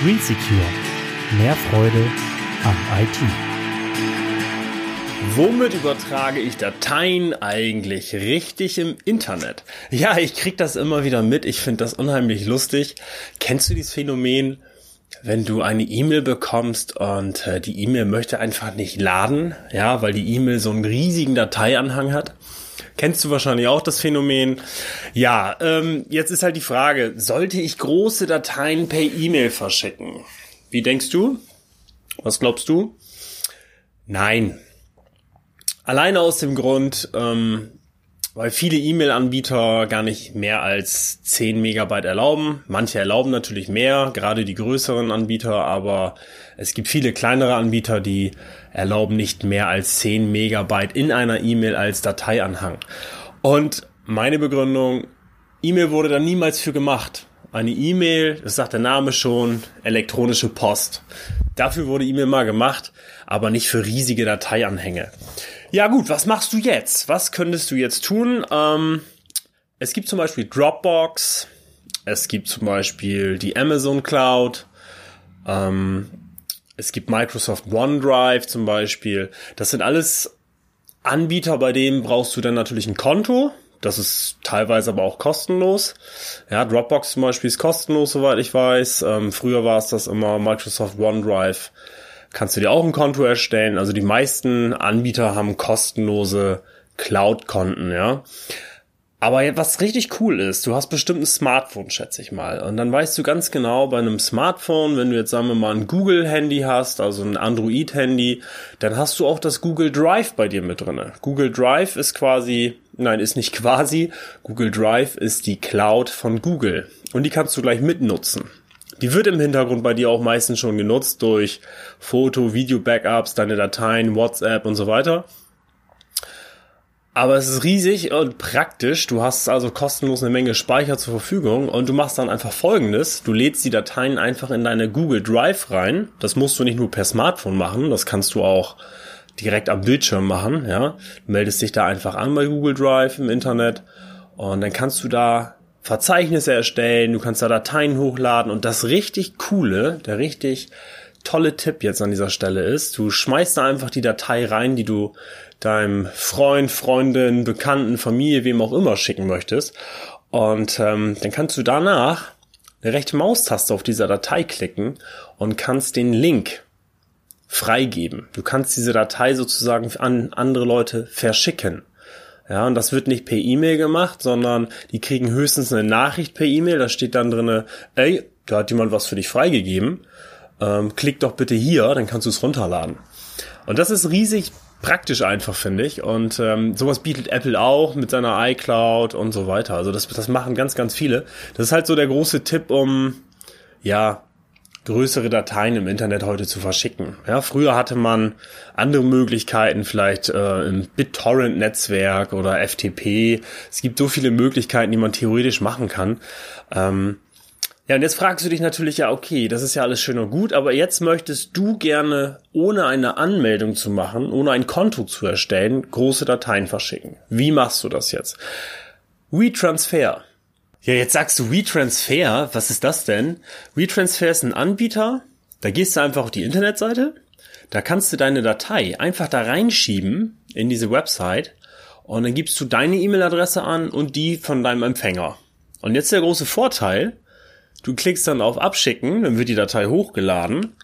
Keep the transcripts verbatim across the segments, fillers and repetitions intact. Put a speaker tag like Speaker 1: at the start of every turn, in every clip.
Speaker 1: Green Secure. Mehr Freude am I T.
Speaker 2: Womit übertrage ich Dateien eigentlich richtig im Internet? Ja, ich krieg das immer wieder mit. Ich finde das unheimlich lustig. Kennst du dieses Phänomen, wenn du eine E-Mail bekommst und äh, die E-Mail möchte einfach nicht laden, ja, weil die E-Mail so einen riesigen Dateianhang hat? Kennst du wahrscheinlich auch das Phänomen. Ja, ähm, jetzt ist halt die Frage, sollte ich große Dateien per E-Mail verschicken? Wie denkst du? Was glaubst du? Nein. Alleine aus dem Grund, ähm, weil viele E-Mail-Anbieter gar nicht mehr als zehn Megabyte erlauben. Manche erlauben natürlich mehr, gerade die größeren Anbieter, aber es gibt viele kleinere Anbieter, die erlauben nicht mehr als zehn Megabyte in einer E-Mail als Dateianhang. Und meine Begründung, E-Mail wurde da niemals für gemacht. Eine E-Mail, das sagt der Name schon, elektronische Post. Dafür wurde E-Mail mal gemacht, aber nicht für riesige Dateianhänge. Ja gut, was machst du jetzt? Was könntest du jetzt tun? Ähm, es gibt zum Beispiel Dropbox, es gibt zum Beispiel die Amazon Cloud, ähm, es gibt Microsoft OneDrive zum Beispiel. Das sind alles Anbieter, bei denen brauchst du dann natürlich ein Konto. Das ist teilweise aber auch kostenlos. Ja, Dropbox zum Beispiel ist kostenlos, soweit ich weiß. Ähm, früher war es das immer, Microsoft OneDrive. Kannst du dir auch ein Konto erstellen. Also die meisten Anbieter haben kostenlose Cloud-Konten, ja. Aber was richtig cool ist, du hast bestimmt ein Smartphone, schätze ich mal. Und dann weißt du ganz genau, bei einem Smartphone, wenn du jetzt, sagen wir mal, ein Google-Handy hast, also ein Android-Handy, dann hast du auch das Google Drive bei dir mit drinne. Google Drive ist quasi, nein, ist nicht quasi, Google Drive ist die Cloud von Google. Und die kannst du gleich mitnutzen. Die wird im Hintergrund bei dir auch meistens schon genutzt durch Foto-, Video-Backups, deine Dateien, WhatsApp und so weiter. Aber es ist riesig und praktisch. Du hast also kostenlos eine Menge Speicher zur Verfügung und du machst dann einfach Folgendes. Du lädst die Dateien einfach in deine Google Drive rein. Das musst du nicht nur per Smartphone machen, das kannst du auch direkt am Bildschirm machen. Ja, du meldest dich da einfach an bei Google Drive im Internet und dann kannst du da Verzeichnisse erstellen, du kannst da Dateien hochladen und das richtig coole, der richtig tolle Tipp jetzt an dieser Stelle ist, du schmeißt da einfach die Datei rein, die du deinem Freund, Freundin, Bekannten, Familie, wem auch immer schicken möchtest und ähm, dann kannst du danach eine rechte Maustaste auf dieser Datei klicken und kannst den Link freigeben. Du kannst diese Datei sozusagen an andere Leute verschicken. Ja, und das wird nicht per E-Mail gemacht, sondern die kriegen höchstens eine Nachricht per E-Mail. Da steht dann drinne, ey, da hat jemand was für dich freigegeben. Ähm, klick doch bitte hier, dann kannst du es runterladen. Und das ist riesig praktisch einfach, finde ich. Und ähm, sowas bietet Apple auch mit seiner iCloud und so weiter. Also das, das machen ganz, ganz viele. Das ist halt so der große Tipp, um ja größere Dateien im Internet heute zu verschicken. Ja, früher hatte man andere Möglichkeiten, vielleicht äh, im BitTorrent-Netzwerk oder F T P. Es gibt so viele Möglichkeiten, die man theoretisch machen kann. Ähm, ja, und jetzt fragst du dich natürlich, ja, okay, das ist ja alles schön und gut, aber jetzt möchtest du gerne, ohne eine Anmeldung zu machen, ohne ein Konto zu erstellen, große Dateien verschicken. Wie machst du das jetzt? WeTransfer. Ja, jetzt sagst du WeTransfer, was ist das denn? WeTransfer ist ein Anbieter, da gehst du einfach auf die Internetseite, da kannst du deine Datei einfach da reinschieben in diese Website und dann gibst du deine E-Mail-Adresse an und die von deinem Empfänger. Und jetzt der große Vorteil, du klickst dann auf Abschicken, dann wird die Datei hochgeladen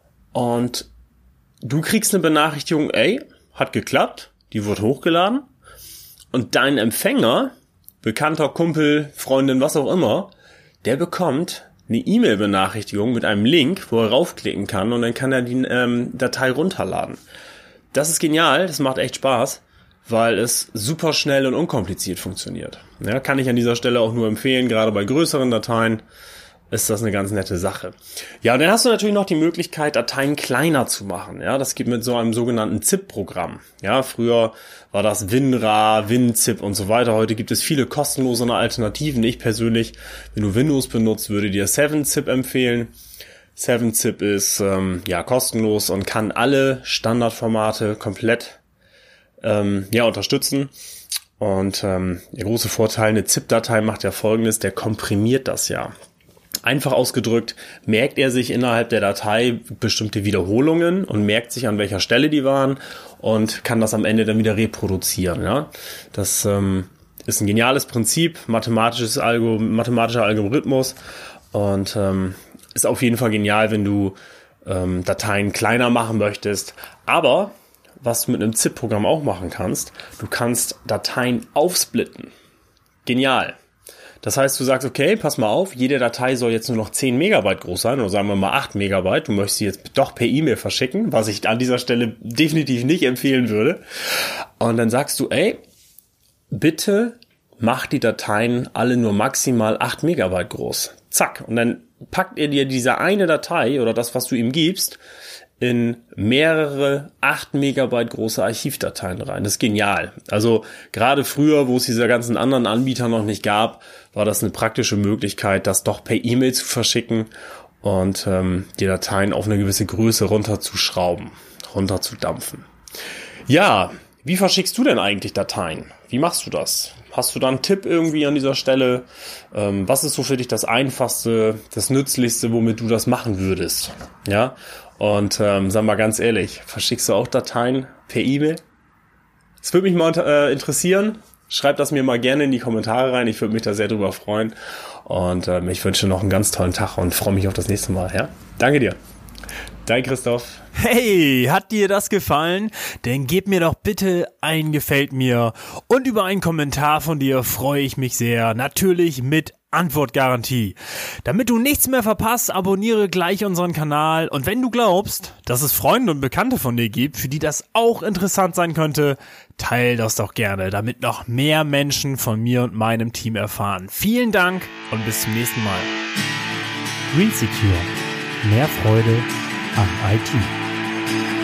Speaker 2: und du kriegst eine Benachrichtigung, ey, hat geklappt, die wird hochgeladen und dein Empfänger, Bekannter, Kumpel, Freundin, was auch immer, der bekommt eine E-Mail-Benachrichtigung mit einem Link, wo er raufklicken kann und dann kann er die ähm, Datei runterladen. Das ist genial, das macht echt Spaß, weil es super schnell und unkompliziert funktioniert. Ja, kann ich an dieser Stelle auch nur empfehlen, gerade bei größeren Dateien ist das eine ganz nette Sache. Ja, und dann hast du natürlich noch die Möglichkeit, Dateien kleiner zu machen. Ja, das geht mit so einem sogenannten ZIP-Programm. Ja, früher war das WinRAR, WinZip und so weiter. Heute gibt es viele kostenlose Alternativen. Ich persönlich, wenn du Windows benutzt, würde dir seven zip empfehlen. seven zip ist ähm, ja kostenlos und kann alle Standardformate komplett ähm, ja unterstützen. Und ähm, der große Vorteil, eine ZIP-Datei macht ja Folgendes, der komprimiert das ja. Einfach ausgedrückt, merkt er sich innerhalb der Datei bestimmte Wiederholungen und merkt sich, an welcher Stelle die waren und kann das am Ende dann wieder reproduzieren. Ja? Das ähm, ist ein geniales Prinzip, mathematisches Algo, mathematischer Algorithmus und ähm, ist auf jeden Fall genial, wenn du ähm, Dateien kleiner machen möchtest. Aber was du mit einem ZIP-Programm auch machen kannst, du kannst Dateien aufsplitten. Genial. Das heißt, du sagst, okay, pass mal auf, jede Datei soll jetzt nur noch zehn Megabyte groß sein, oder sagen wir mal acht Megabyte. Du möchtest sie jetzt doch per E-Mail verschicken, was ich an dieser Stelle definitiv nicht empfehlen würde. Und dann sagst du, ey, bitte mach die Dateien alle nur maximal acht Megabyte groß. Zack. Und dann packt er dir diese eine Datei oder das, was du ihm gibst, in mehrere acht Megabyte große Archivdateien rein. Das ist genial. Also gerade früher, wo es diese ganzen anderen Anbieter noch nicht gab, war das eine praktische Möglichkeit, das doch per E-Mail zu verschicken und ähm, die Dateien auf eine gewisse Größe runterzuschrauben, runterzudampfen. Ja, wie verschickst du denn eigentlich Dateien? Wie machst du das? Hast du da einen Tipp irgendwie an dieser Stelle? Ähm, was ist so für dich das Einfachste, das Nützlichste, womit du das machen würdest? Ja, und ähm, sag mal ganz ehrlich, verschickst du auch Dateien per E-Mail? Das würde mich mal äh, interessieren. Schreib das mir mal gerne in die Kommentare rein. Ich würde mich da sehr drüber freuen. Und ähm, ich wünsche noch einen ganz tollen Tag und freue mich auf das nächste Mal. Ja? Danke dir. Dein Christoph.
Speaker 1: Hey, hat dir das gefallen? Dann gib mir doch bitte ein Gefällt mir. Und über einen Kommentar von dir freue ich mich sehr. Natürlich mit Antwortgarantie. Damit du nichts mehr verpasst, abonniere gleich unseren Kanal. Und wenn du glaubst, dass es Freunde und Bekannte von dir gibt, für die das auch interessant sein könnte, teil das doch gerne, damit noch mehr Menschen von mir und meinem Team erfahren. Vielen Dank und bis zum nächsten Mal.
Speaker 3: GreenSecure. Mehr Freude am I T.